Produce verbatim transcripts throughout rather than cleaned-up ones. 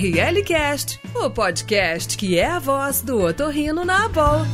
R L Cast, o podcast que é a voz do otorrino na Abol.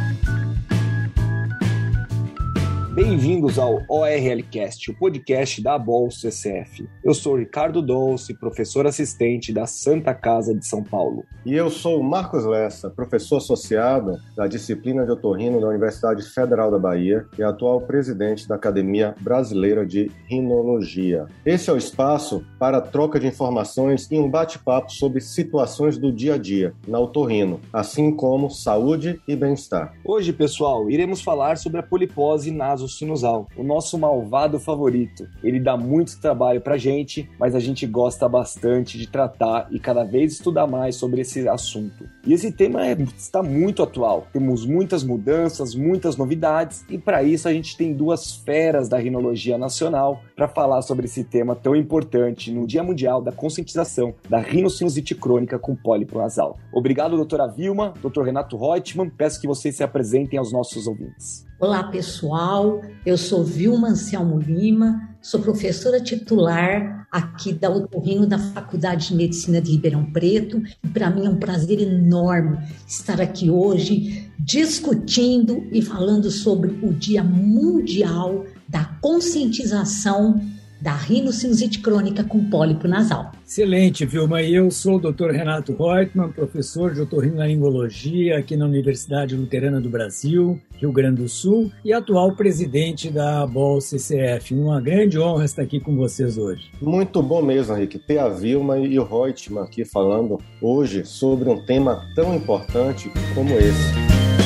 Bem-vindos ao O R L Cast, o podcast da Abol C C F. Eu sou Ricardo Dolce, professor assistente da Santa Casa de São Paulo. E eu sou Marcos Lessa, professor associado da disciplina de otorrino da Universidade Federal da Bahia e atual presidente da Academia Brasileira de Rinologia. Esse é o espaço para troca de informações e um bate-papo sobre situações do dia a dia na otorrino, assim como saúde e bem-estar. Hoje, pessoal, iremos falar sobre a polipose nasosinusal, o nosso malvado favorito. Ele dá muito trabalho pra gente, mas a gente gosta bastante de tratar e cada vez estudar mais sobre esse assunto. E esse tema é, está muito atual. Temos muitas mudanças, muitas novidades e para isso a gente tem duas feras da rinologia nacional para falar sobre esse tema tão importante no Dia Mundial da Conscientização da Rinocinusite Crônica com Pólipo Nasal. Obrigado, doutora Vilma, doutor Renato Reutemann. Peço que vocês se apresentem aos nossos ouvintes. Olá, pessoal. Eu sou Vilma Anselmo Lima, sou professora titular aqui da Otorrino da Faculdade de Medicina de Ribeirão Preto e para mim é um prazer enorme estar aqui hoje discutindo e falando sobre o Dia Mundial da Conscientização da Rinocinusite Crônica com Pólipo Nasal. Excelente, Vilma. Eu sou o doutor Renato Reutemann, professor de otorrinolaringologia aqui na Universidade Luterana do Brasil, Rio Grande do Sul, e atual presidente da Abol C C F. Uma grande honra estar aqui com vocês hoje. Muito bom mesmo, Henrique, ter a Vilma e o Reutemann aqui falando hoje sobre um tema tão importante como esse.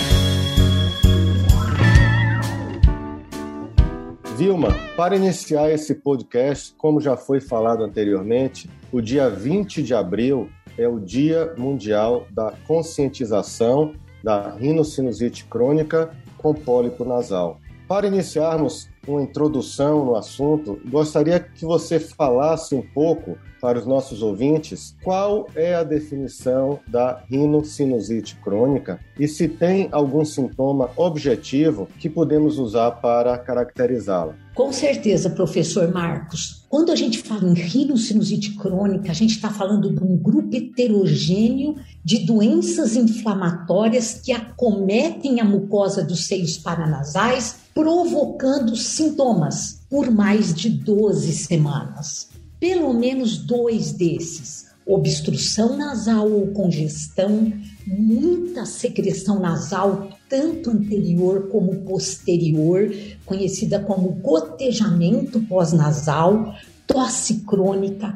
Vilma, para iniciar esse podcast, como já foi falado anteriormente, o dia vinte de abril é o Dia Mundial da Conscientização da Rinocinusite Crônica com Pólipo Nasal. Para iniciarmos uma introdução no assunto, gostaria que você falasse um pouco para os nossos ouvintes qual é a definição da rinocinusite crônica e se tem algum sintoma objetivo que podemos usar para caracterizá-la. Com certeza, professor Marcos. Quando a gente fala em rinocinusite crônica, a gente está falando de um grupo heterogêneo de doenças inflamatórias que acometem a mucosa dos seios paranasais, provocando sintomas por mais de doze semanas. Pelo menos dois desses, obstrução nasal ou congestão, muita secreção nasal, tanto anterior como posterior, conhecida como gotejamento pós-nasal, tosse crônica,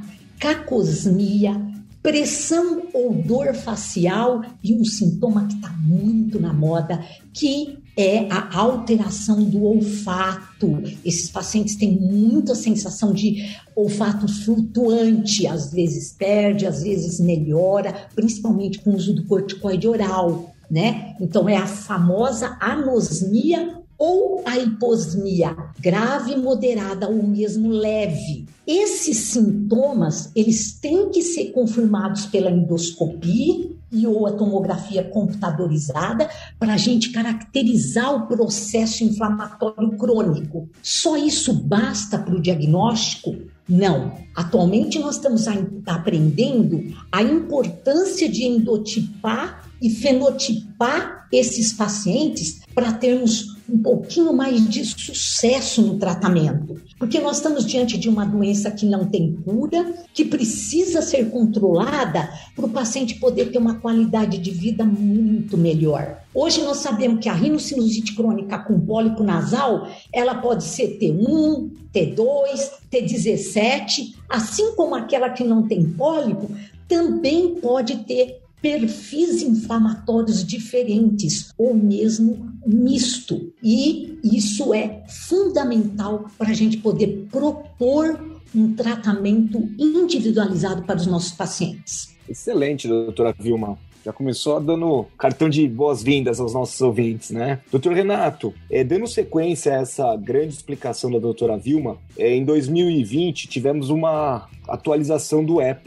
cacosmia, pressão ou dor facial e um sintoma que está muito na moda, que é a alteração do olfato. Esses pacientes têm muita sensação de olfato flutuante, às vezes perde, às vezes melhora, principalmente com o uso do corticoide oral, né? Então é a famosa anosmia ou a hiposmia, grave, moderada ou mesmo leve. Esses sintomas, eles têm que ser confirmados pela endoscopia e ou a tomografia computadorizada para a gente caracterizar o processo inflamatório crônico. Só isso basta para o diagnóstico? Não. Atualmente nós estamos aprendendo a importância de endotipar e fenotipar esses pacientes para termos um pouquinho mais de sucesso no tratamento. Porque nós estamos diante de uma doença que não tem cura, que precisa ser controlada para o paciente poder ter uma qualidade de vida muito melhor. Hoje nós sabemos que a rinocinusite crônica com pólipo nasal, ela pode ser T um, T dois, T dezessete, assim como aquela que não tem pólipo, também pode ter perfis inflamatórios diferentes ou mesmo misto. E isso é fundamental para a gente poder propor um tratamento individualizado para os nossos pacientes. Excelente, doutora Vilma. Já começou dando cartão de boas-vindas aos nossos ouvintes, né? Doutor Renato, é, dando sequência a essa grande explicação da doutora Vilma, é, em dois mil e vinte tivemos uma atualização do EPOS,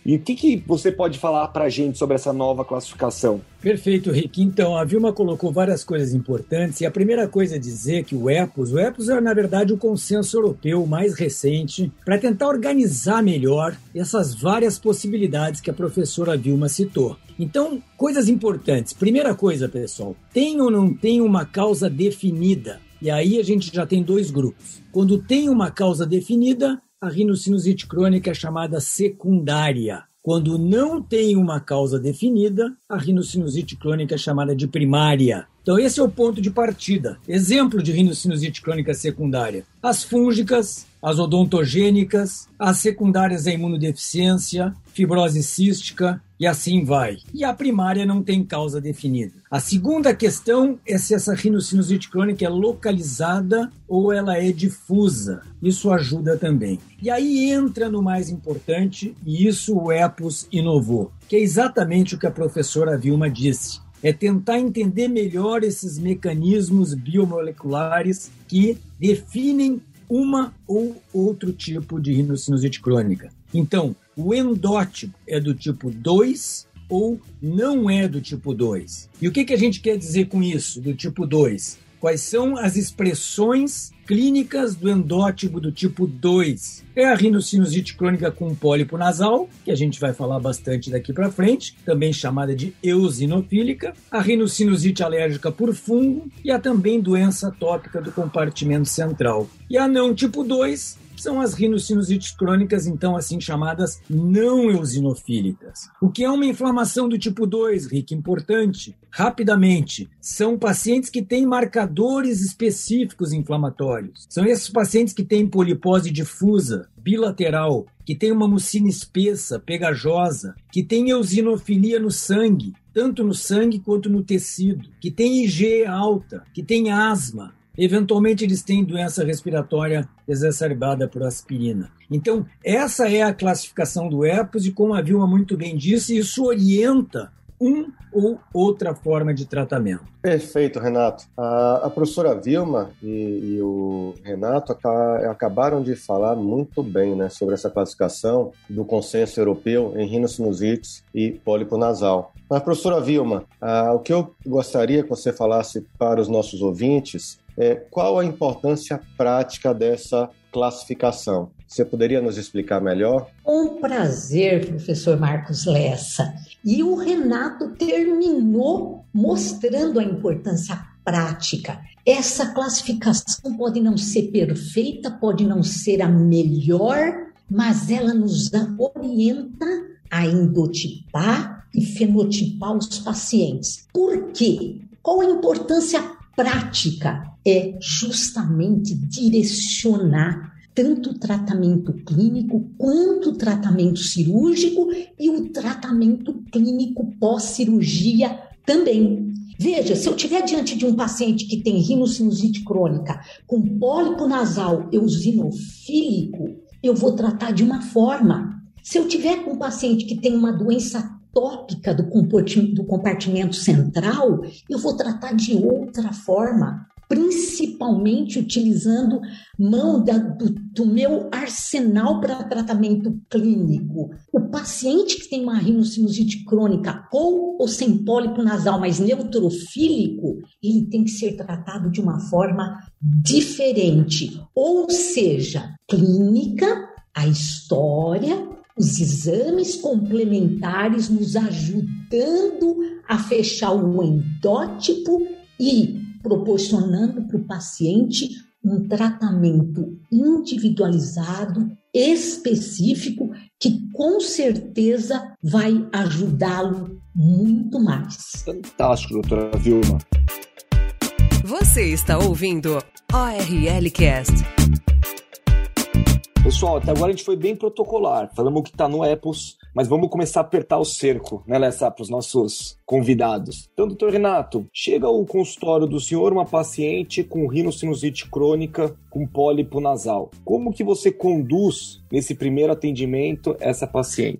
E o que, que você pode falar para a gente sobre essa nova classificação? Perfeito, Rick. Então, a Vilma colocou várias coisas importantes e a primeira coisa é dizer que o EPOS, o EPOS é, na verdade, o consenso europeu mais recente para tentar organizar melhor essas várias possibilidades que a professora Vilma citou. Então, coisas importantes. Primeira coisa, pessoal, tem ou não tem uma causa definida? E aí a gente já tem dois grupos. Quando tem uma causa definida, a rinocinusite crônica é chamada secundária. Quando não tem uma causa definida, a rinocinusite crônica é chamada de primária. Então esse é o ponto de partida. Exemplo de rinocinusite crônica secundária: as fúngicas, as odontogênicas, as secundárias à imunodeficiência, fibrose cística e assim vai. E a primária não tem causa definida. A segunda questão é se essa rinocinusite crônica é localizada ou ela é difusa. Isso ajuda também. E aí entra no mais importante, e isso o EPOS inovou, que é exatamente o que a professora Vilma disse. É tentar entender melhor esses mecanismos biomoleculares que definem uma ou outro tipo de rinocinusite crônica. Então, o endótipo é do tipo dois ou não é do tipo dois. E o que, que a gente quer dizer com isso, do tipo dois? Quais são as expressões clínicas do endótipo do tipo dois? É a rinocinusite crônica com pólipo nasal, que a gente vai falar bastante daqui para frente, também chamada de eosinofílica, a rinocinusite alérgica por fungo e a também doença atópica do compartimento central. E a não tipo dois são as rinocinusites crônicas, então assim chamadas não eosinofílicas. O que é uma inflamação do tipo dois, Rick? Importante. Rapidamente, são pacientes que têm marcadores específicos inflamatórios. São esses pacientes que têm polipose difusa, bilateral, que têm uma mucina espessa, pegajosa, que têm eosinofilia no sangue, tanto no sangue quanto no tecido, que têm I G alta, que têm asma. Eventualmente, eles têm doença respiratória exacerbada por aspirina. Então, essa é a classificação do EPOS e, como a Vilma muito bem disse, isso orienta um ou outra forma de tratamento. Perfeito, Renato. A, a professora Vilma e, e o Renato aca, acabaram de falar muito bem, né, sobre essa classificação do consenso europeu em rinossinusites e pólipo nasal. Mas, professora Vilma, a, o que eu gostaria que você falasse para os nossos ouvintes é qual a importância prática dessa classificação. Você poderia nos explicar melhor? Com prazer, professor Marcos Lessa. E o Renato terminou mostrando a importância prática. Essa classificação pode não ser perfeita, pode não ser a melhor, mas ela nos orienta a endotipar e fenotipar os pacientes. Por quê? Qual a importância prática? É justamente direcionar tanto o tratamento clínico quanto o tratamento cirúrgico e o tratamento clínico pós-cirurgia também. Veja, se eu estiver diante de um paciente que tem rinocinusite crônica com pólipo nasal eosinofílico, eu vou tratar de uma forma. Se eu tiver com um paciente que tem uma doença atópica do compartimento central, eu vou tratar de outra forma, principalmente utilizando mão da, do, do meu arsenal para tratamento clínico. O paciente que tem uma rinocinusite crônica com ou sem pólipo nasal, mas neutrofílico, ele tem que ser tratado de uma forma diferente. Ou seja, clínica, a história, os exames complementares nos ajudando a fechar o endótipo e proporcionando para o paciente um tratamento individualizado, específico, que com certeza vai ajudá-lo muito mais. Fantástico, doutora Vilma. Você está ouvindo O R L Cast. Pessoal, até agora a gente foi bem protocolar, falamos o que está no EPOS, mas vamos começar a apertar o cerco, né, Lessa, para os nossos convidados. Então, doutor Renato, chega ao consultório do senhor uma paciente com rinocinusite crônica com pólipo nasal. Como que você conduz nesse primeiro atendimento essa paciente?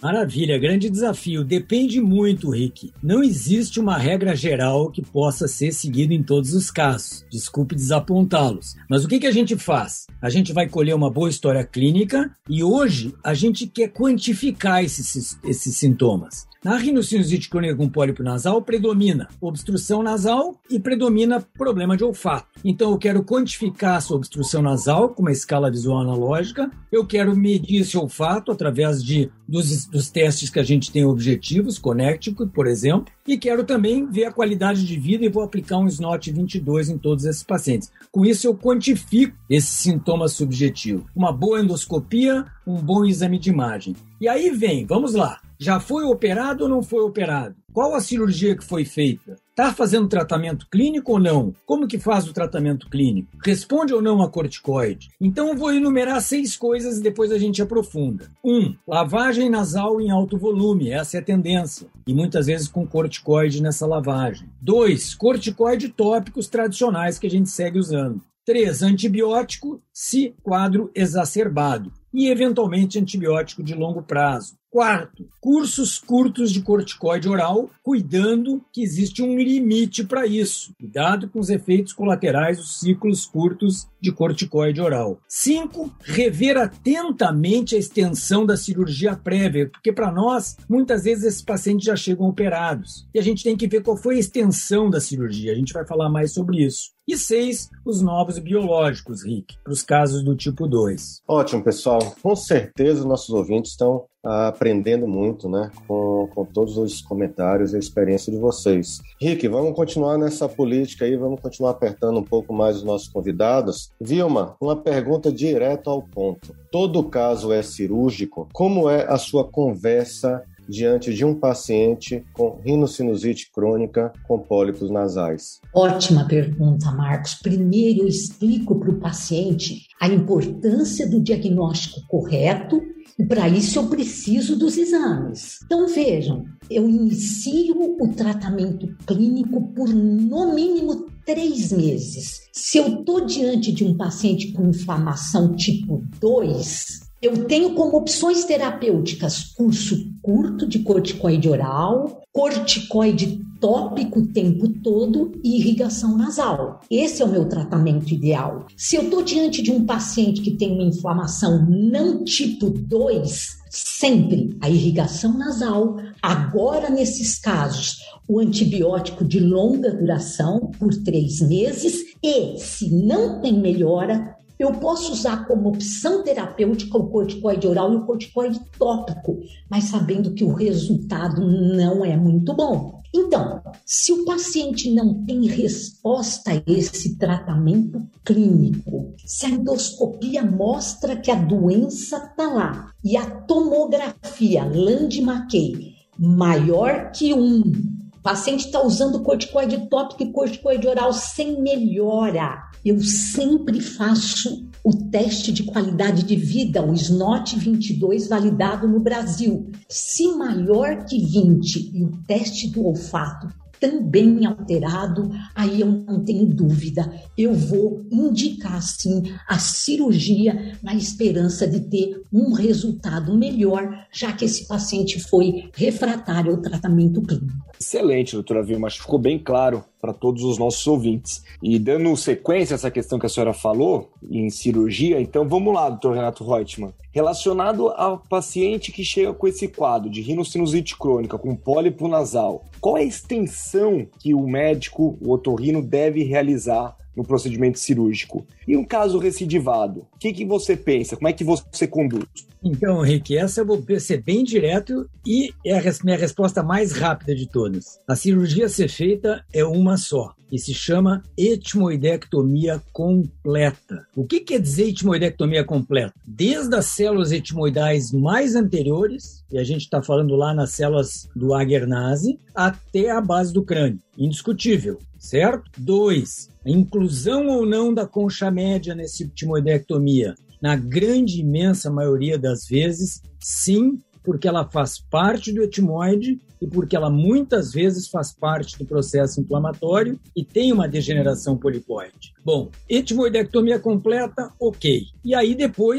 Maravilha, grande desafio. Depende muito, Rick. Não existe uma regra geral que possa ser seguida em todos os casos. Desculpe desapontá-los. Mas o que, que a gente faz? A gente vai colher uma boa história clínica e hoje a gente quer quantificar esses, esses sintomas. Na rinocinusite crônica com pólipo nasal predomina obstrução nasal e predomina problema de olfato. Então eu quero quantificar essa obstrução nasal com uma escala visual analógica, eu quero medir esse olfato através de, dos, dos testes que a gente tem objetivos, Connecticut, por exemplo, e quero também ver a qualidade de vida e vou aplicar um S N O T vinte e dois em todos esses pacientes. Com isso eu quantifico esse sintoma subjetivo. Uma boa endoscopia, um bom exame de imagem. E aí vem, vamos lá. Já foi operado ou não foi operado? Qual a cirurgia que foi feita? Está fazendo tratamento clínico ou não? Como que faz o tratamento clínico? Responde ou não a corticoide? Então eu vou enumerar seis coisas e depois a gente aprofunda. Um, lavagem nasal em alto volume, essa é a tendência. E muitas vezes com corticoide nessa lavagem. Dois, corticoide tópicos tradicionais que a gente segue usando. Três, antibiótico se quadro exacerbado. E, eventualmente, antibiótico de longo prazo. Quarto, cursos curtos de corticoide oral, cuidando que existe um limite para isso. Cuidado com os efeitos colaterais dos ciclos curtos de corticoide oral. Cinco, rever atentamente a extensão da cirurgia prévia, porque para nós, muitas vezes esses pacientes já chegam operados. E a gente tem que ver qual foi a extensão da cirurgia. A gente vai falar mais sobre isso. E seis, os novos biológicos, Rick, para os casos do tipo dois. Ótimo, pessoal. Com certeza nossos ouvintes estão ah, aprendendo muito, né, com, com todos os comentários e a experiência de vocês. Rick, vamos continuar nessa política aí, vamos continuar apertando um pouco mais os nossos convidados. Vilma, uma pergunta direto ao ponto. Todo caso é cirúrgico? Como é a sua conversa diante de um paciente com rinocinusite crônica com pólipos nasais? Ótima pergunta, Marcos. Primeiro eu explico para o paciente a importância do diagnóstico correto e para isso eu preciso dos exames. Então vejam, eu inicio o tratamento clínico por no mínimo três meses. Se eu estou diante de um paciente com inflamação tipo dois, eu tenho como opções terapêuticas curso curto de corticoide oral, corticoide tópico o tempo todo e irrigação nasal. Esse é o meu tratamento ideal. Se eu estou diante de um paciente que tem uma inflamação não tipo dois, sempre a irrigação nasal. Agora, nesses casos, o antibiótico de longa duração por três meses e, se não tem melhora, eu posso usar como opção terapêutica o corticoide oral e o corticoide tópico, mas sabendo que o resultado não é muito bom. Então, se o paciente não tem resposta a esse tratamento clínico, se a endoscopia mostra que a doença está lá e a tomografia Land-Mackay maior que um, o paciente está usando corticoide tópico e corticoide oral sem melhora, eu sempre faço o teste de qualidade de vida, o S N O T vinte e dois validado no Brasil. Se maior que vinte e o teste do olfato também alterado, aí eu não tenho dúvida, eu vou indicar sim a cirurgia na esperança de ter um resultado melhor, já que esse paciente foi refratário ao tratamento clínico. Excelente, doutora Vilma, acho que ficou bem claro para todos os nossos ouvintes. E dando sequência a essa questão que a senhora falou em cirurgia, então vamos lá, doutor Renato Reutemann. Relacionado ao paciente que chega com esse quadro de rinocinusite crônica com pólipo nasal, qual é a extensão que o médico, o otorrino, deve realizar no procedimento cirúrgico? E um caso recidivado, o que, que você pensa? Como é que você conduz? Então, Rick, essa eu vou ser bem direto e é a minha resposta mais rápida de todas. A cirurgia a ser feita é uma só e se chama etimoidectomia completa. O que quer dizer etimoidectomia completa? Desde as células etimoidais mais anteriores, e a gente está falando lá nas células do Aguernase, até a base do crânio. Indiscutível, certo? Dois, a inclusão ou não da concha média nessa etimoidectomia. Na grande, imensa maioria das vezes, sim, porque ela faz parte do etimoide e porque ela muitas vezes faz parte do processo inflamatório e tem uma degeneração polipoide. Bom, etimoidectomia completa, ok. E aí depois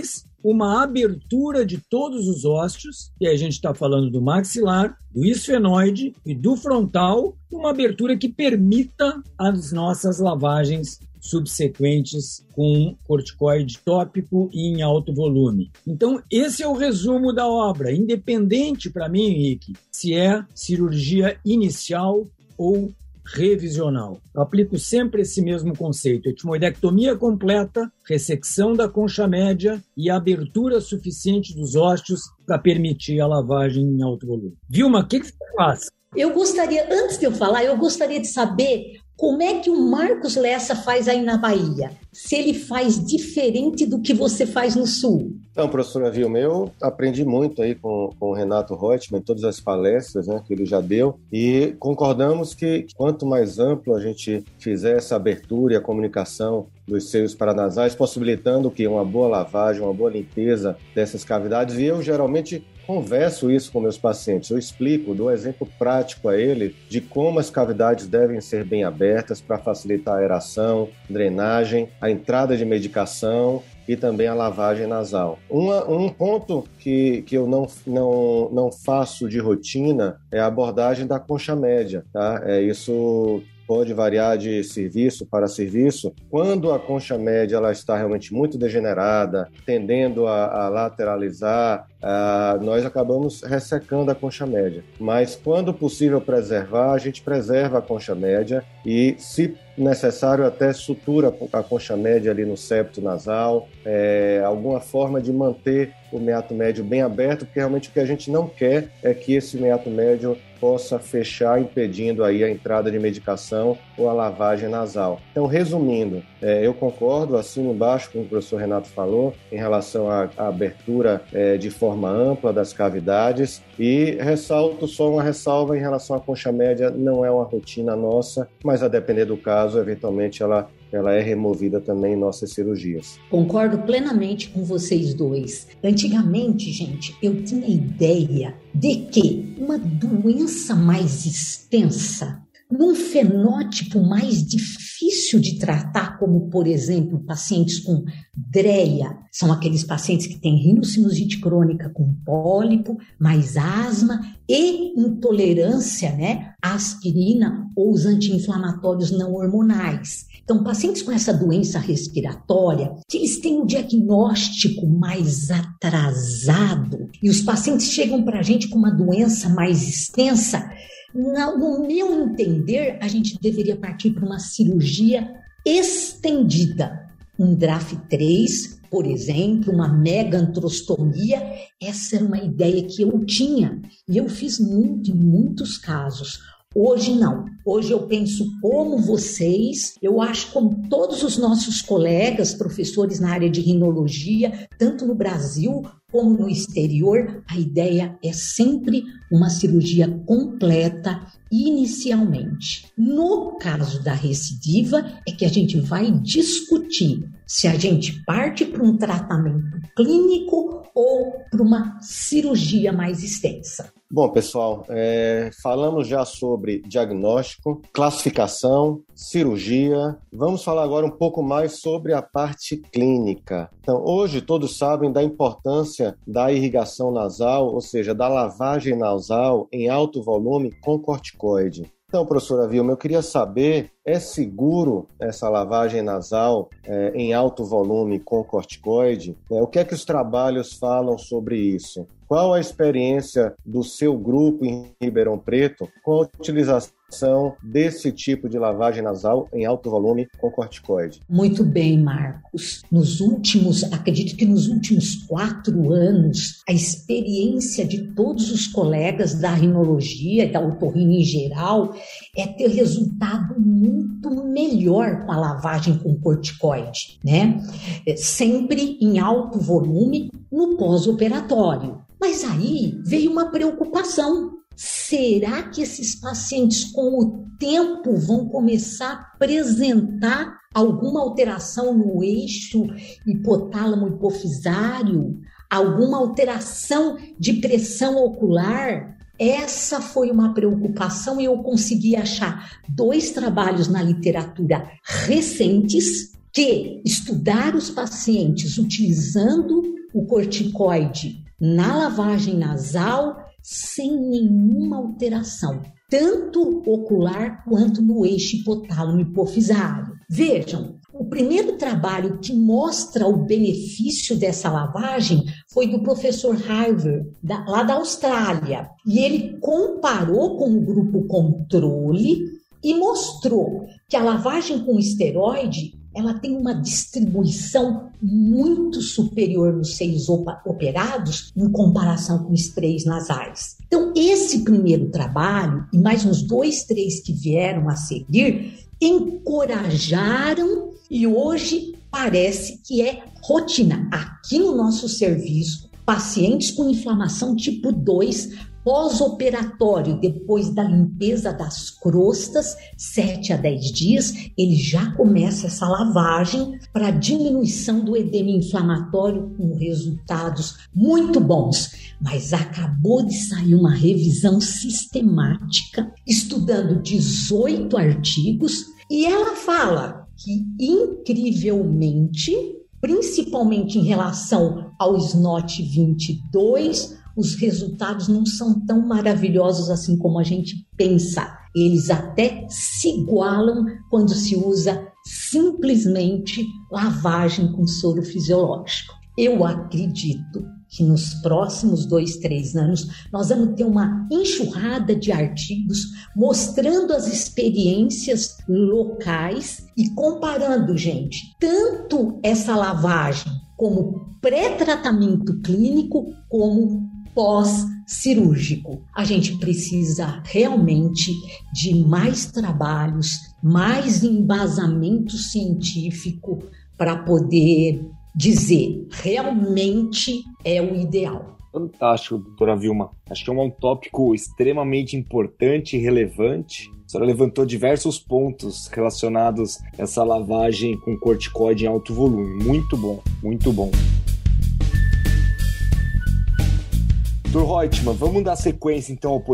uma abertura de todos os ósseos, e aí a gente está falando do maxilar, do esfenoide e do frontal, uma abertura que permita as nossas lavagens subsequentes com corticoide tópico e em alto volume. Então, esse é o resumo da obra, independente para mim, Henrique, se é cirurgia inicial ou revisional. Eu aplico sempre esse mesmo conceito: etimoidectomia completa, ressecção da concha média e abertura suficiente dos ósseos para permitir a lavagem em alto volume. Vilma, o que, que você faz? Eu gostaria, antes de eu falar, eu gostaria de saber como é que o Marcos Lessa faz aí na Bahia. Se ele faz diferente do que você faz no Sul. Então, professora Vilma, eu aprendi muito aí com, com o Renato Reutemann, todas as palestras, né, que ele já deu, e concordamos que quanto mais amplo a gente fizer essa abertura e a comunicação dos seios paranasais, possibilitando que uma boa lavagem, uma boa limpeza dessas cavidades, e eu geralmente converso isso com meus pacientes, eu explico, dou um exemplo prático a ele de como as cavidades devem ser bem abertas para facilitar a aeração, drenagem, a entrada de medicação e também a lavagem nasal. Uma, um ponto que, que eu não, não, não faço de rotina é a abordagem da concha média, tá? É, isso pode variar de serviço para serviço. Quando a concha média ela está realmente muito degenerada, tendendo a, a lateralizar, a, nós acabamos ressecando a concha média. Mas quando possível preservar, a gente preserva a concha média e, se necessário, até sutura a concha média ali no septo nasal, é, alguma forma de manter o meato médio bem aberto, porque realmente o que a gente não quer é que esse meato médio possa fechar, impedindo aí a entrada de medicação ou a lavagem nasal. Então, resumindo, é, eu concordo, assino embaixo com o que o professor Renato falou, em relação à, à abertura é, de forma ampla das cavidades, e ressalto só uma ressalva em relação à concha média, não é uma rotina nossa, mas a depender do caso, eventualmente ela ela é removida também em nossas cirurgias. Concordo plenamente com vocês dois. Antigamente, gente, eu tinha ideia de que uma doença mais extensa, num fenótipo mais difícil de tratar, como, por exemplo, pacientes com dreia, são aqueles pacientes que têm rinocinusite crônica com pólipo, mais asma e intolerância, né, à aspirina ou os anti-inflamatórios não hormonais. Então, pacientes com essa doença respiratória, que eles têm um diagnóstico mais atrasado e os pacientes chegam para a gente com uma doença mais extensa, no meu entender, a gente deveria partir para uma cirurgia estendida. Um D R A F três, por exemplo, uma megantrostomia, essa era uma ideia que eu tinha e eu fiz muito em muitos casos. Hoje não. Hoje eu penso como vocês, eu acho como todos os nossos colegas, professores na área de rinologia, tanto no Brasil como no exterior, a ideia é sempre uma cirurgia completa inicialmente. No caso da recidiva, é que a gente vai discutir se a gente parte para um tratamento clínico ou para uma cirurgia mais extensa. Bom, pessoal, é, falamos já sobre diagnóstico, classificação, cirurgia. Vamos falar agora um pouco mais sobre a parte clínica. Então, hoje todos sabem da importância da irrigação nasal, ou seja, da lavagem nasal em alto volume com corticoide. Então, professora Vilma, eu queria saber, é seguro essa lavagem nasal é, em alto volume com corticoide? É, o que é que os trabalhos falam sobre isso? Qual a experiência do seu grupo em Ribeirão Preto com a utilização desse tipo de lavagem nasal em alto volume com corticoide? Muito bem, Marcos. Nos últimos, acredito que nos últimos quatro anos, a experiência de todos os colegas da rinologia e da otorrino em geral é ter resultado muito melhor com a lavagem com corticoide, né? Sempre em alto volume no pós-operatório. Mas aí veio uma preocupação. Será que esses pacientes, com o tempo, vão começar a apresentar alguma alteração no eixo hipotálamo-hipofisário? Alguma alteração de pressão ocular? Essa foi uma preocupação e eu consegui achar dois trabalhos na literatura recentes que estudaram os pacientes utilizando o corticoide na lavagem nasal sem nenhuma alteração, tanto ocular quanto no eixo hipotálamo hipofisário. Vejam, o primeiro trabalho que mostra o benefício dessa lavagem foi do professor Harvey, da, lá da Austrália. E ele comparou com o grupo controle e mostrou que a lavagem com esteroide ela tem uma distribuição muito superior nos seios operados em comparação com sprays nasais. Então, esse primeiro trabalho, e mais uns dois, três que vieram a seguir, encorajaram e hoje parece que é rotina. Aqui no nosso serviço, pacientes com inflamação tipo dois, pós-operatório, depois da limpeza das crostas, sete a dez dias, ele já começa essa lavagem para diminuição do edema inflamatório com resultados muito bons. Mas acabou de sair uma revisão sistemática, estudando dezoito artigos, e ela fala que, incrivelmente, principalmente em relação ao S N O T vinte e dois, os resultados não são tão maravilhosos assim como a gente pensa. Eles até se igualam quando se usa simplesmente lavagem com soro fisiológico. Eu acredito que nos próximos dois, três anos nós vamos ter uma enxurrada de artigos mostrando as experiências locais e comparando, gente, tanto essa lavagem como pré-tratamento clínico como pós-cirúrgico. A gente precisa realmente de mais trabalhos, mais embasamento científico para poder dizer realmente é o ideal. Fantástico, doutora Vilma. Acho que é um tópico extremamente importante e relevante. A senhora levantou diversos pontos relacionados a essa lavagem com corticoide em alto volume. Muito bom, muito bom. doutor Reutemann, vamos dar sequência então ao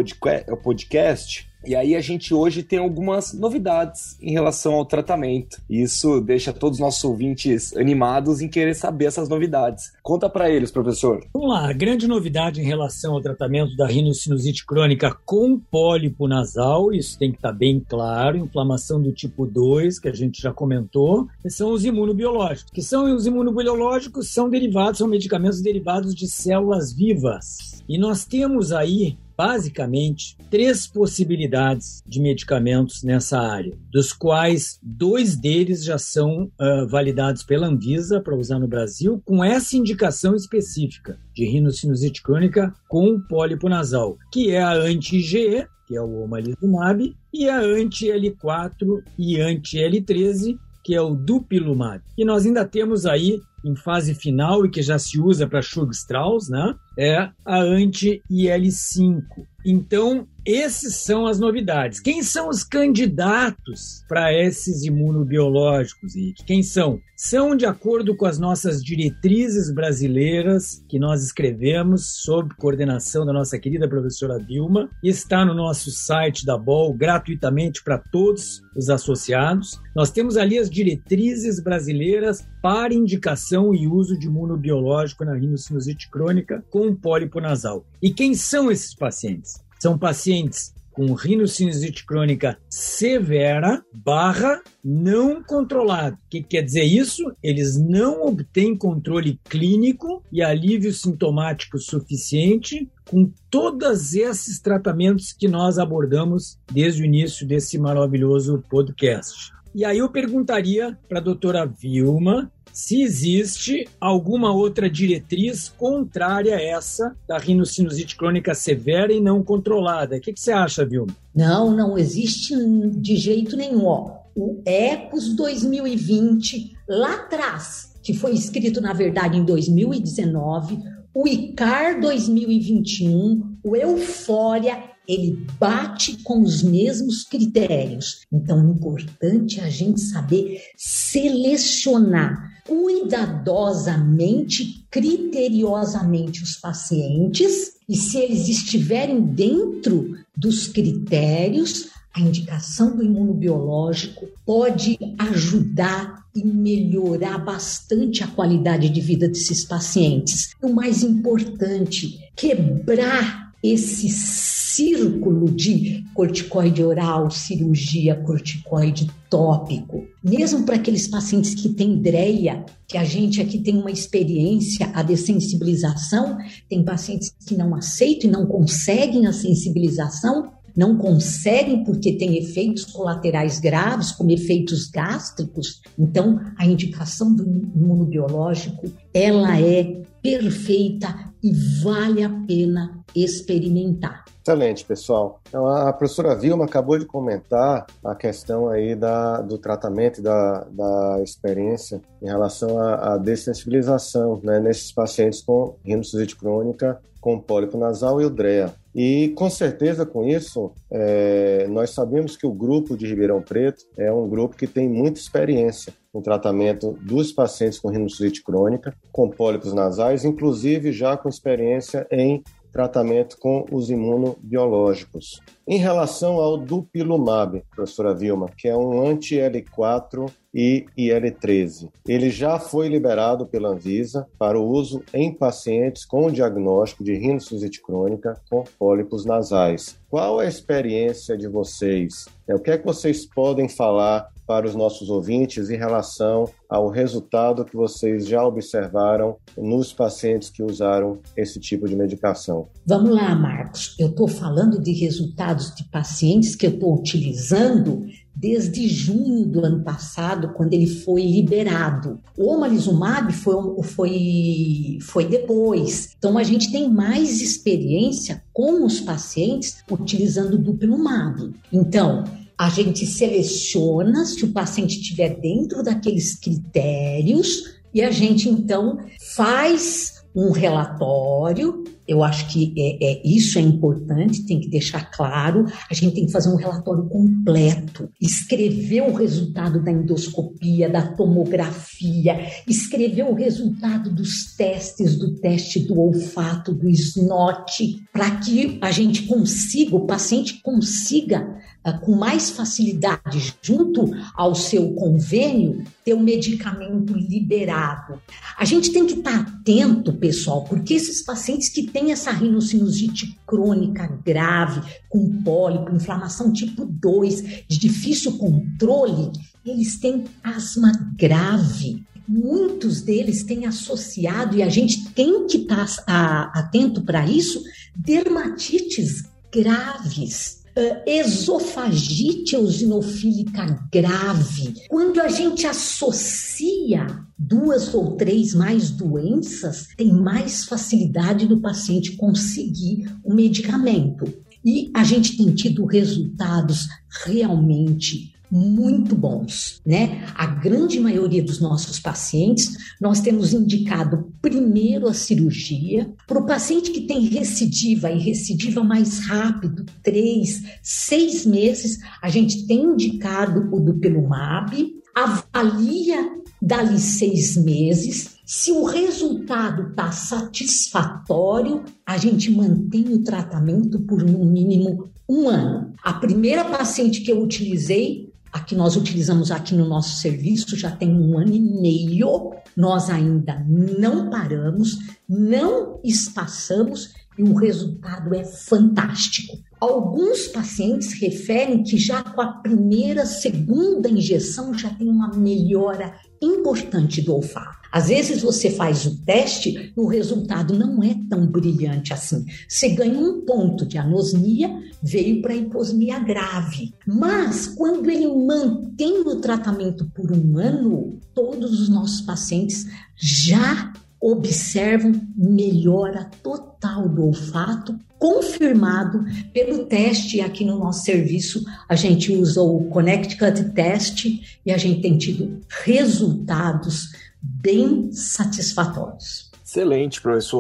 podcast? E aí a gente hoje tem algumas novidades em relação ao tratamento. Isso deixa todos os nossos ouvintes animados em querer saber essas novidades. Conta para eles, professor. Vamos lá, a grande novidade em relação ao tratamento da rinocinusite crônica com pólipo nasal, isso tem que estar bem claro, inflamação do tipo dois, que a gente já comentou, são os imunobiológicos. Que são os imunobiológicos, são derivados, são medicamentos derivados de células vivas. E nós temos aí basicamente, três possibilidades de medicamentos nessa área, dos quais dois deles já são uh, validados pela Anvisa para usar no Brasil, com essa indicação específica de rinocinusite crônica com pólipo nasal, que é a anti-I G E, que é o omalizumab, e a anti-L quatro e anti-L treze, que é o dupilumab. E nós ainda temos aí, em fase final, e que já se usa para Churg-Strauss, né? É a anti-I L cinco. Então, esses são as novidades. Quem são os candidatos para esses imunobiológicos, Rick? Quem são? São, de acordo com as nossas diretrizes brasileiras, que nós escrevemos sob coordenação da nossa querida professora Vilma, está no nosso site da B O L gratuitamente para todos os associados. Nós temos ali as diretrizes brasileiras para indicação e uso de imunobiológico na rinocinusite crônica com pólipo nasal. E quem são esses pacientes? São pacientes com rinocinusite crônica severa barra não controlado. O que quer dizer isso? Eles não obtêm controle clínico e alívio sintomático suficiente com todos esses tratamentos que nós abordamos desde o início desse maravilhoso podcast. E aí eu perguntaria para a doutora Vilma se existe alguma outra diretriz contrária a essa da rinocinusite crônica severa e não controlada. O que, que você acha, Vilma? Não, não existe de jeito nenhum. Ó, o ECOS dois mil e vinte, lá atrás, que foi escrito, na verdade, em dois mil e dezenove, o I C A R dois mil e vinte e um, o Eufória, ele bate com os mesmos critérios. Então, é importante a gente saber selecionar cuidadosamente, criteriosamente os pacientes, e se eles estiverem dentro dos critérios, a indicação do imunobiológico pode ajudar e melhorar bastante a qualidade de vida desses pacientes. O mais importante, quebrar esse círculo de corticoide oral, cirurgia, corticoide tópico. Mesmo para aqueles pacientes que têm dreia, que a gente aqui tem uma experiência, a dessensibilização, tem pacientes que não aceitam e não conseguem a sensibilização, não conseguem porque tem efeitos colaterais graves, como efeitos gástricos. Então, a indicação do imunobiológico, ela é perfeita e vale a pena experimentar. Excelente, pessoal. Então, a professora Vilma acabou de comentar a questão aí da, do tratamento e da, da experiência em relação à, à dessensibilização, né, nesses pacientes com rinocinusite crônica, com pólipo nasal e udreia. E, com certeza, com isso, é, nós sabemos que o grupo de Ribeirão Preto é um grupo que tem muita experiência no tratamento dos pacientes com rinocinusite crônica, com pólipos nasais, inclusive já com experiência em tratamento com os imunobiológicos. Em relação ao dupilumab, professora Vilma, que é um anti-L quatro e I L treze, ele já foi liberado pela Anvisa para o uso em pacientes com o diagnóstico de rinocinusite crônica com pólipos nasais. Qual é a experiência de vocês? O que é que vocês podem falar para os nossos ouvintes em relação ao resultado que vocês já observaram nos pacientes que usaram esse tipo de medicação? Vamos lá, Marcos. Eu estou falando de resultados de pacientes que eu estou utilizando desde junho do ano passado, quando ele foi liberado. O omalizumab foi, foi, foi depois. Então, a gente tem mais experiência com os pacientes utilizando o dupilumab. Então, a gente seleciona se o paciente estiver dentro daqueles critérios e a gente, então, faz um relatório. Eu acho que é, é, isso é importante, tem que deixar claro. A gente tem que fazer um relatório completo, escrever o resultado da endoscopia, da tomografia, escrever o resultado dos testes, do teste do olfato, do S N O T, para que a gente consiga, o paciente consiga, uh, com mais facilidade, junto ao seu convênio, ter o medicamento liberado. A gente tem que estar atento, pessoal, porque esses pacientes que têm essa rinocinusite crônica grave, com pólipo, inflamação tipo dois, de difícil controle, eles têm asma grave. Muitos deles têm associado, e a gente tem que estar atento para isso, dermatites graves. Uh, esofagite eosinofílica grave. Quando a gente associa duas ou três mais doenças, tem mais facilidade do paciente conseguir o medicamento. E a gente tem tido resultados realmente muito bons, né? A grande maioria dos nossos pacientes, nós temos indicado primeiro a cirurgia. Para o paciente que tem recidiva, e recidiva mais rápido, três, seis meses, a gente tem indicado o dupilumab, avalia dali seis meses. Se o resultado está satisfatório, a gente mantém o tratamento por no mínimo um ano. A primeira paciente que eu utilizei, a que nós utilizamos aqui no nosso serviço, já tem um ano e meio. Nós ainda não paramos, não espaçamos e o resultado é fantástico. Alguns pacientes referem que já com a primeira, segunda injeção já tem uma melhora importante do olfato. Às vezes você faz o teste e o resultado não é tão brilhante assim. Você ganha um ponto de anosmia, veio para hiposmia grave. Mas quando ele mantém o tratamento por um ano, todos os nossos pacientes já observam melhora total do olfato, confirmado pelo teste. Aqui no nosso serviço a gente usa o Connecticut Test e a gente tem tido resultados bem satisfatórios. Excelente, professora.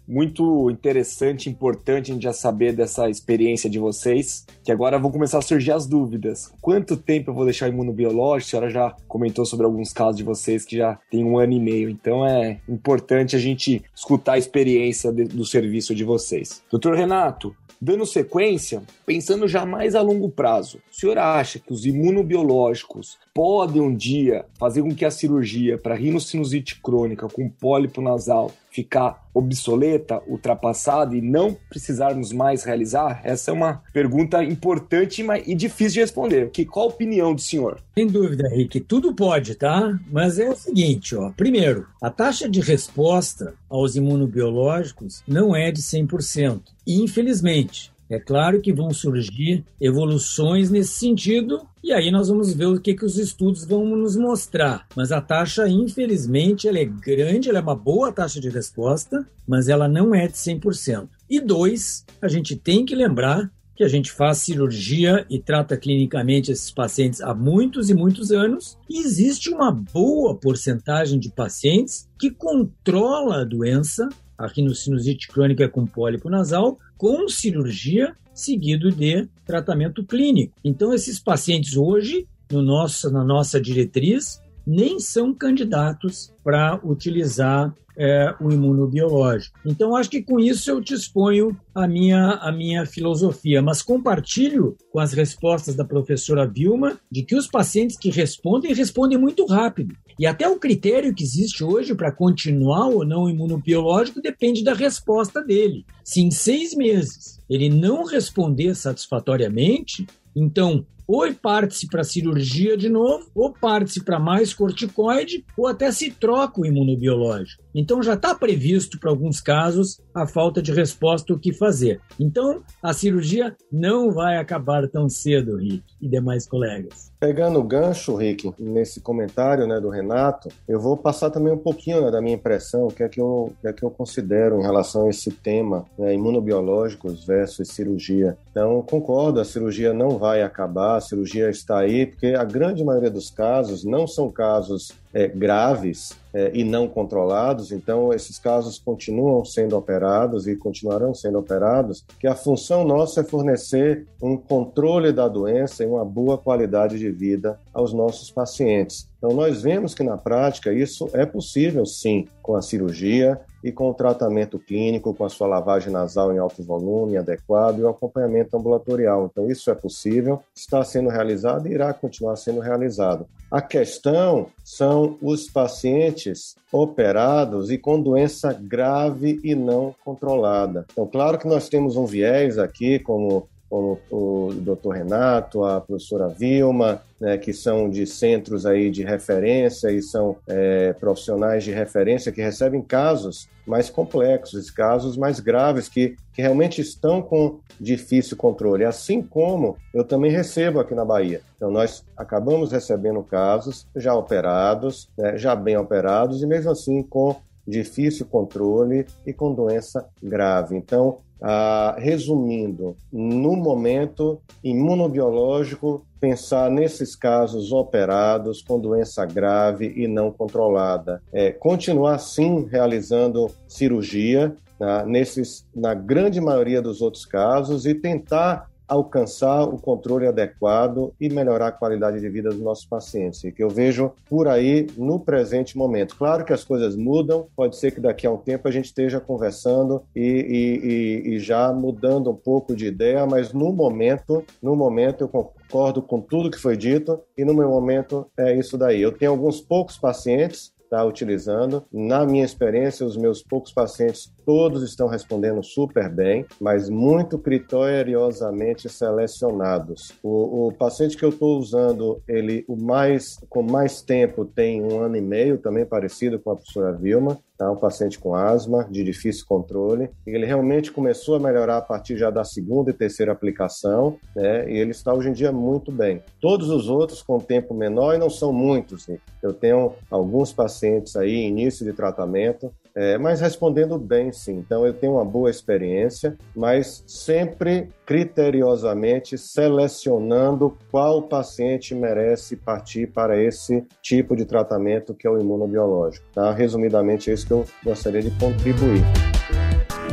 muito interessante, importante a gente já saber dessa experiência de vocês, que agora vão começar a surgir as dúvidas. Quanto tempo eu vou deixar imunobiológico? A senhora já comentou sobre alguns casos de vocês que já tem um ano e meio, então é importante a gente escutar a experiência de, do serviço de vocês. doutor Renato, dando sequência, pensando já mais a longo prazo, o senhor acha que os imunobiológicos podem um dia fazer com que a cirurgia para rinocinusite crônica com pólipo nasal ficar obsoleta, ultrapassada e não precisarmos mais realizar? Essa é uma pergunta importante e difícil de responder. Que, qual a opinião do senhor? Sem dúvida, Rick, tudo pode, tá? Mas é o seguinte, ó. Primeiro, a taxa de resposta aos imunobiológicos não é de cem por cento. E, infelizmente, é claro que vão surgir evoluções nesse sentido, e aí nós vamos ver o que, que os estudos vão nos mostrar. Mas a taxa, infelizmente, ela é grande, ela é uma boa taxa de resposta, mas ela não é de cem por cento. E dois, a gente tem que lembrar que a gente faz cirurgia e trata clinicamente esses pacientes há muitos e muitos anos, e existe uma boa porcentagem de pacientes que controla a doença, a rinocinusite crônica com pólipo nasal, com cirurgia seguido de tratamento clínico. Então, esses pacientes hoje, no nosso, na nossa diretriz, nem são candidatos para utilizar é, o imunobiológico. Então, acho que com isso eu te exponho a minha, a minha filosofia, mas compartilho com as respostas da professora Vilma de que os pacientes que respondem, respondem muito rápido. E até o critério que existe hoje para continuar ou não o imunobiológico depende da resposta dele. Se em seis meses ele não responder satisfatoriamente, então ou parte-se para cirurgia de novo, ou parte-se para mais corticoide, ou até se troca o imunobiológico. Então já está previsto para alguns casos a falta de resposta, o que fazer. Então a cirurgia não vai acabar tão cedo, Rick e demais colegas. Pegando o gancho, Rick, nesse comentário, né, do Renato, eu vou passar também um pouquinho, né, da minha impressão, o que é que eu, que é que eu considero em relação a esse tema, né, imunobiológicos versus cirurgia. Então, concordo, a cirurgia não vai acabar, a cirurgia está aí, porque a grande maioria dos casos não são casos é, graves é, e não controlados, então esses casos continuam sendo operados e continuarão sendo operados, que a função nossa é fornecer um controle da doença e uma boa qualidade de vida aos nossos pacientes. Então, nós vemos que, na prática, isso é possível, sim, com a cirurgia e com o tratamento clínico, com a sua lavagem nasal em alto volume adequado e o acompanhamento ambulatorial. Então, isso é possível, está sendo realizado e irá continuar sendo realizado. A questão são os pacientes operados e com doença grave e não controlada. Então, claro que nós temos um viés aqui, como como o doutor Renato, a professora Vilma, né, que são de centros aí de referência e são é, profissionais de referência que recebem casos mais complexos, casos mais graves, que, que realmente estão com difícil controle, assim como eu também recebo aqui na Bahia. Então, nós acabamos recebendo casos já operados, né, já bem operados, e mesmo assim com difícil controle e com doença grave. Então, Ah, resumindo, no momento imunobiológico, pensar nesses casos operados com doença grave e não controlada. É, continuar, sim, realizando cirurgia, né, nesses, na grande maioria dos outros casos, e tentar alcançar o controle adequado e melhorar a qualidade de vida dos nossos pacientes, que eu vejo por aí no presente momento. Claro que as coisas mudam, pode ser que daqui a um tempo a gente esteja conversando e, e, e, e já mudando um pouco de ideia, mas no momento, no momento eu concordo com tudo que foi dito e no meu momento é isso daí. Eu tenho alguns poucos pacientes está utilizando. Na minha experiência, os meus poucos pacientes, todos estão respondendo super bem, mas muito criteriosamente selecionados. O, o paciente que eu estou usando, ele o mais, com mais tempo tem um ano e meio, também parecido com a professora Vilma, tá? Um paciente com asma, de difícil controle, e ele realmente começou a melhorar a partir já da segunda e terceira aplicação, né? E ele está hoje em dia muito bem. Todos os outros com tempo menor, e não são muitos, né? Eu tenho alguns pacientes aí, início de tratamento, é, mas respondendo bem, sim. Então, eu tenho uma boa experiência, mas sempre criteriosamente selecionando qual paciente merece partir para esse tipo de tratamento que é o imunobiológico. Tá? Resumidamente, é isso que eu gostaria de contribuir.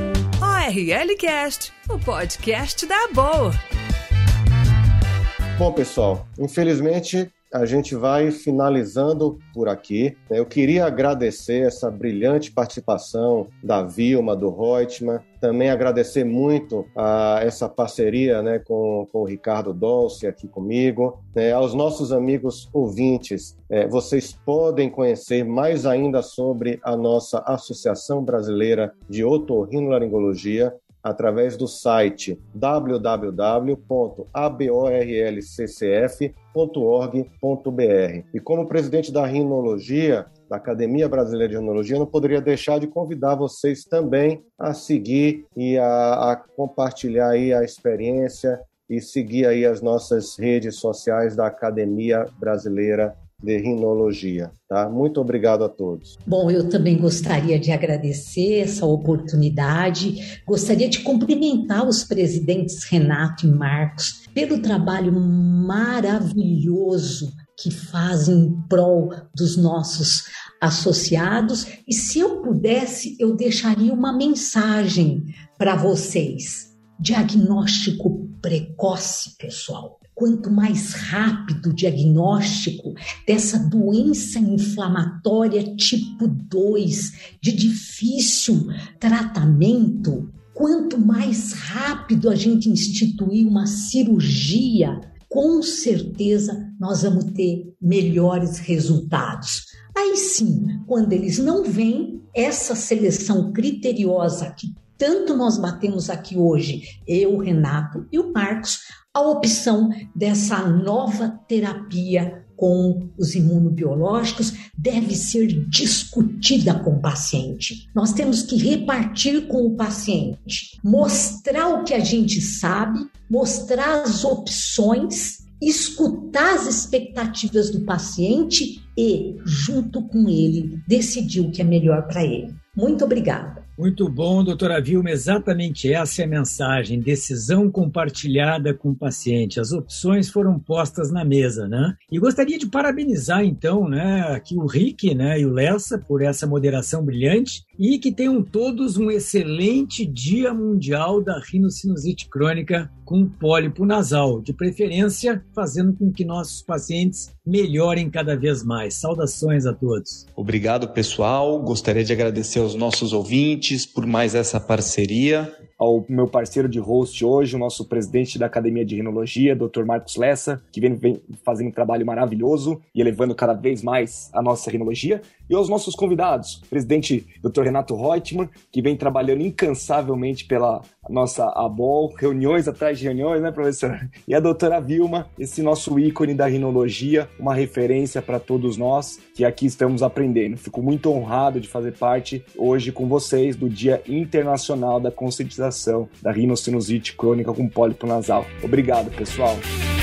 R L Cast, o podcast da A B O. Bom, pessoal, infelizmente a gente vai finalizando por aqui. Eu queria agradecer essa brilhante participação da Vilma, do Reutemann. Também agradecer muito a essa parceria, né, com, com o Ricardo Dolce aqui comigo. É, aos nossos amigos ouvintes, é, vocês podem conhecer mais ainda sobre a nossa Associação Brasileira de Otorrinolaringologia através do site w w w ponto a b o r l c c f ponto org ponto b r. E como presidente da Rinologia, da Academia Brasileira de Rinologia, não poderia deixar de convidar vocês também a seguir e a, a compartilhar aí a experiência e seguir aí as nossas redes sociais da Academia Brasileira de Rinologia, tá? Muito obrigado a todos. Bom, eu também gostaria de agradecer essa oportunidade, gostaria de cumprimentar os presidentes Renato e Marcos pelo trabalho maravilhoso que fazem em prol dos nossos associados, e se eu pudesse, eu deixaria uma mensagem para vocês. Diagnóstico precoce, pessoal. Quanto mais rápido o diagnóstico dessa doença inflamatória tipo dois, de difícil tratamento, quanto mais rápido a gente instituir uma cirurgia, com certeza nós vamos ter melhores resultados. Aí sim, quando eles não vêm, essa seleção criteriosa que tanto nós batemos aqui hoje, eu, o Renato e o Marcos, a opção dessa nova terapia com os imunobiológicos deve ser discutida com o paciente. Nós temos que repartir com o paciente, mostrar o que a gente sabe, mostrar as opções, escutar as expectativas do paciente e, junto com ele, decidir o que é melhor para ele. Muito obrigada. Muito bom, doutora Vilma, exatamente essa é a mensagem, decisão compartilhada com o paciente. As opções foram postas na mesa, né? E gostaria de parabenizar, então, né, aqui o Rick, né, e o Lessa por essa moderação brilhante e que tenham todos um excelente Dia Mundial da Rinocinusite Crônica com pólipo nasal, de preferência fazendo com que nossos pacientes melhorem cada vez mais. Saudações a todos. Obrigado, pessoal. Gostaria de agradecer aos nossos ouvintes por mais essa parceria. Ao meu parceiro de host hoje, o nosso presidente da Academia de Rinologia, doutor Marcos Lessa, que vem, vem fazendo um trabalho maravilhoso e elevando cada vez mais a nossa rinologia. E aos nossos convidados, presidente doutor Renato Reutemann, que vem trabalhando incansavelmente pela nossa A B O, reuniões atrás de reuniões, né, professor? E a doutora Vilma, esse nosso ícone da rinologia, uma referência para todos nós que aqui estamos aprendendo. Fico muito honrado de fazer parte hoje com vocês do Dia Internacional da Conscientização da Rinocinusite Crônica com Pólipo Nasal. Obrigado, pessoal.